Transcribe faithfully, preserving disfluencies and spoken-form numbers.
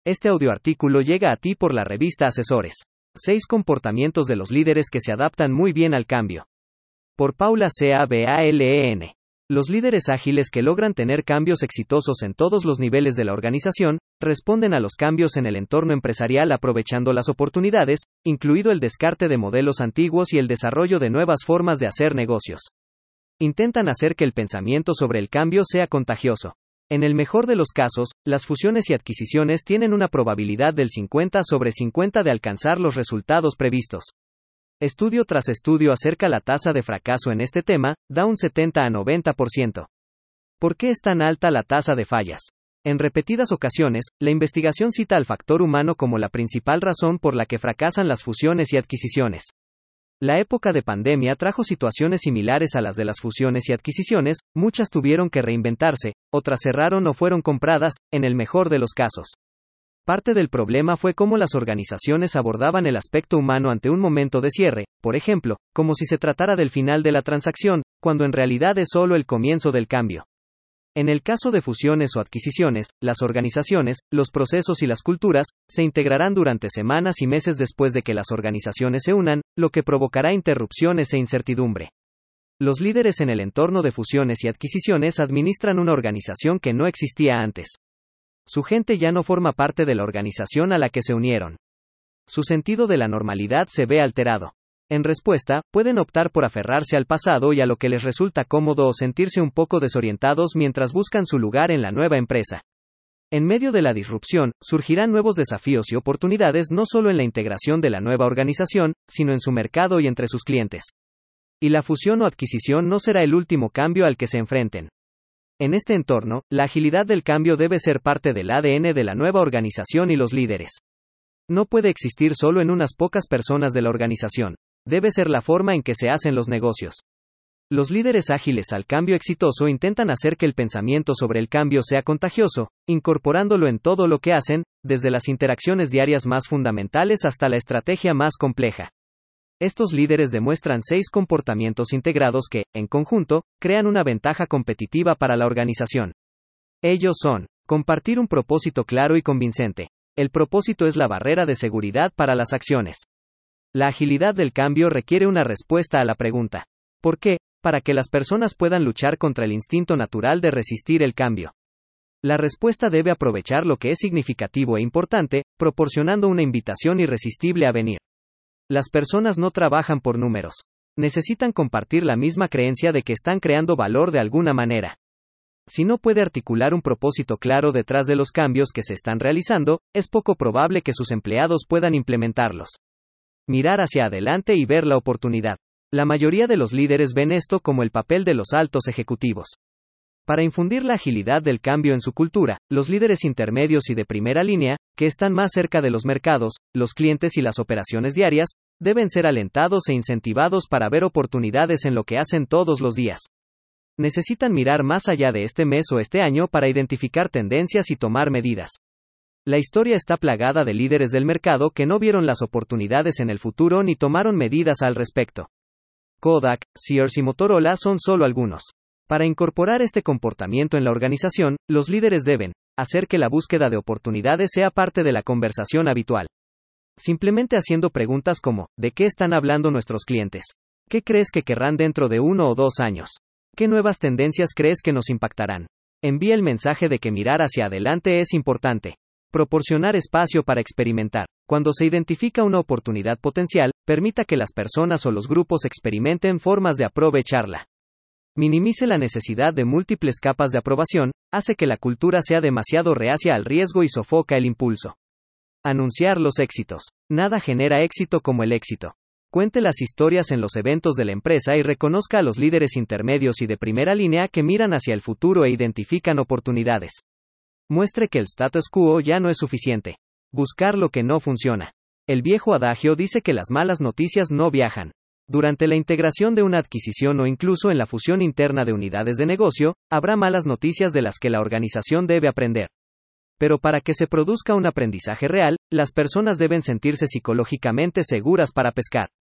Este audioartículo llega a ti por la revista Asesores. seis comportamientos de los líderes que se adaptan muy bien al cambio. Por Paula Cabalén. Los líderes ágiles que logran tener cambios exitosos en todos los niveles de la organización, responden a los cambios en el entorno empresarial aprovechando las oportunidades, incluido el descarte de modelos antiguos y el desarrollo de nuevas formas de hacer negocios. Intentan hacer que el pensamiento sobre el cambio sea contagioso. En el mejor de los casos, las fusiones y adquisiciones tienen una probabilidad del cincuenta sobre cincuenta de alcanzar los resultados previstos. Estudio tras estudio acerca la tasa de fracaso en este tema, da un setenta a noventa por ciento. ¿Por qué es tan alta la tasa de fallas? En repetidas ocasiones, la investigación cita al factor humano como la principal razón por la que fracasan las fusiones y adquisiciones. La época de pandemia trajo situaciones similares a las de las fusiones y adquisiciones, muchas tuvieron que reinventarse, otras cerraron o fueron compradas, en el mejor de los casos. Parte del problema fue cómo las organizaciones abordaban el aspecto humano ante un momento de cierre, por ejemplo, como si se tratara del final de la transacción, cuando en realidad es solo el comienzo del cambio. En el caso de fusiones o adquisiciones, las organizaciones, los procesos y las culturas, se integrarán durante semanas y meses después de que las organizaciones se unan, lo que provocará interrupciones e incertidumbre. Los líderes en el entorno de fusiones y adquisiciones administran una organización que no existía antes. Su gente ya no forma parte de la organización a la que se unieron. Su sentido de la normalidad se ve alterado. En respuesta, pueden optar por aferrarse al pasado y a lo que les resulta cómodo o sentirse un poco desorientados mientras buscan su lugar en la nueva empresa. En medio de la disrupción, surgirán nuevos desafíos y oportunidades no solo en la integración de la nueva organización, sino en su mercado y entre sus clientes. Y la fusión o adquisición no será el último cambio al que se enfrenten. En este entorno, la agilidad del cambio debe ser parte del A D N de la nueva organización y los líderes. No puede existir solo en unas pocas personas de la organización. Debe ser la forma en que se hacen los negocios. Los líderes ágiles al cambio exitoso intentan hacer que el pensamiento sobre el cambio sea contagioso, incorporándolo en todo lo que hacen, desde las interacciones diarias más fundamentales hasta la estrategia más compleja. Estos líderes demuestran seis comportamientos integrados que, en conjunto, crean una ventaja competitiva para la organización. Ellos son: compartir un propósito claro y convincente. El propósito es la barrera de seguridad para las acciones. La agilidad del cambio requiere una respuesta a la pregunta ¿por qué?, para que las personas puedan luchar contra el instinto natural de resistir el cambio. La respuesta debe aprovechar lo que es significativo e importante, proporcionando una invitación irresistible a venir. Las personas no trabajan por números. Necesitan compartir la misma creencia de que están creando valor de alguna manera. Si no puede articular un propósito claro detrás de los cambios que se están realizando, es poco probable que sus empleados puedan implementarlos. Mirar hacia adelante y ver la oportunidad. La mayoría de los líderes ven esto como el papel de los altos ejecutivos. Para infundir la agilidad del cambio en su cultura, los líderes intermedios y de primera línea, que están más cerca de los mercados, los clientes y las operaciones diarias, deben ser alentados e incentivados para ver oportunidades en lo que hacen todos los días. Necesitan mirar más allá de este mes o este año para identificar tendencias y tomar medidas. La historia está plagada de líderes del mercado que no vieron las oportunidades en el futuro ni tomaron medidas al respecto. Kodak, Sears y Motorola son solo algunos. Para incorporar este comportamiento en la organización, los líderes deben hacer que la búsqueda de oportunidades sea parte de la conversación habitual. Simplemente haciendo preguntas como: ¿de qué están hablando nuestros clientes? ¿Qué crees que querrán dentro de uno o dos años? ¿Qué nuevas tendencias crees que nos impactarán? Envía el mensaje de que mirar hacia adelante es importante. Proporcionar espacio para experimentar. Cuando se identifica una oportunidad potencial, permita que las personas o los grupos experimenten formas de aprovecharla. Minimice la necesidad de múltiples capas de aprobación, hace que la cultura sea demasiado reacia al riesgo y sofoca el impulso. Anunciar los éxitos. Nada genera éxito como el éxito. Cuente las historias en los eventos de la empresa y reconozca a los líderes intermedios y de primera línea que miran hacia el futuro e identifican oportunidades. Muestre que el status quo ya no es suficiente. Buscar lo que no funciona. El viejo adagio dice que las malas noticias no viajan. Durante la integración de una adquisición o incluso en la fusión interna de unidades de negocio, habrá malas noticias de las que la organización debe aprender. Pero para que se produzca un aprendizaje real, las personas deben sentirse psicológicamente seguras para pescar.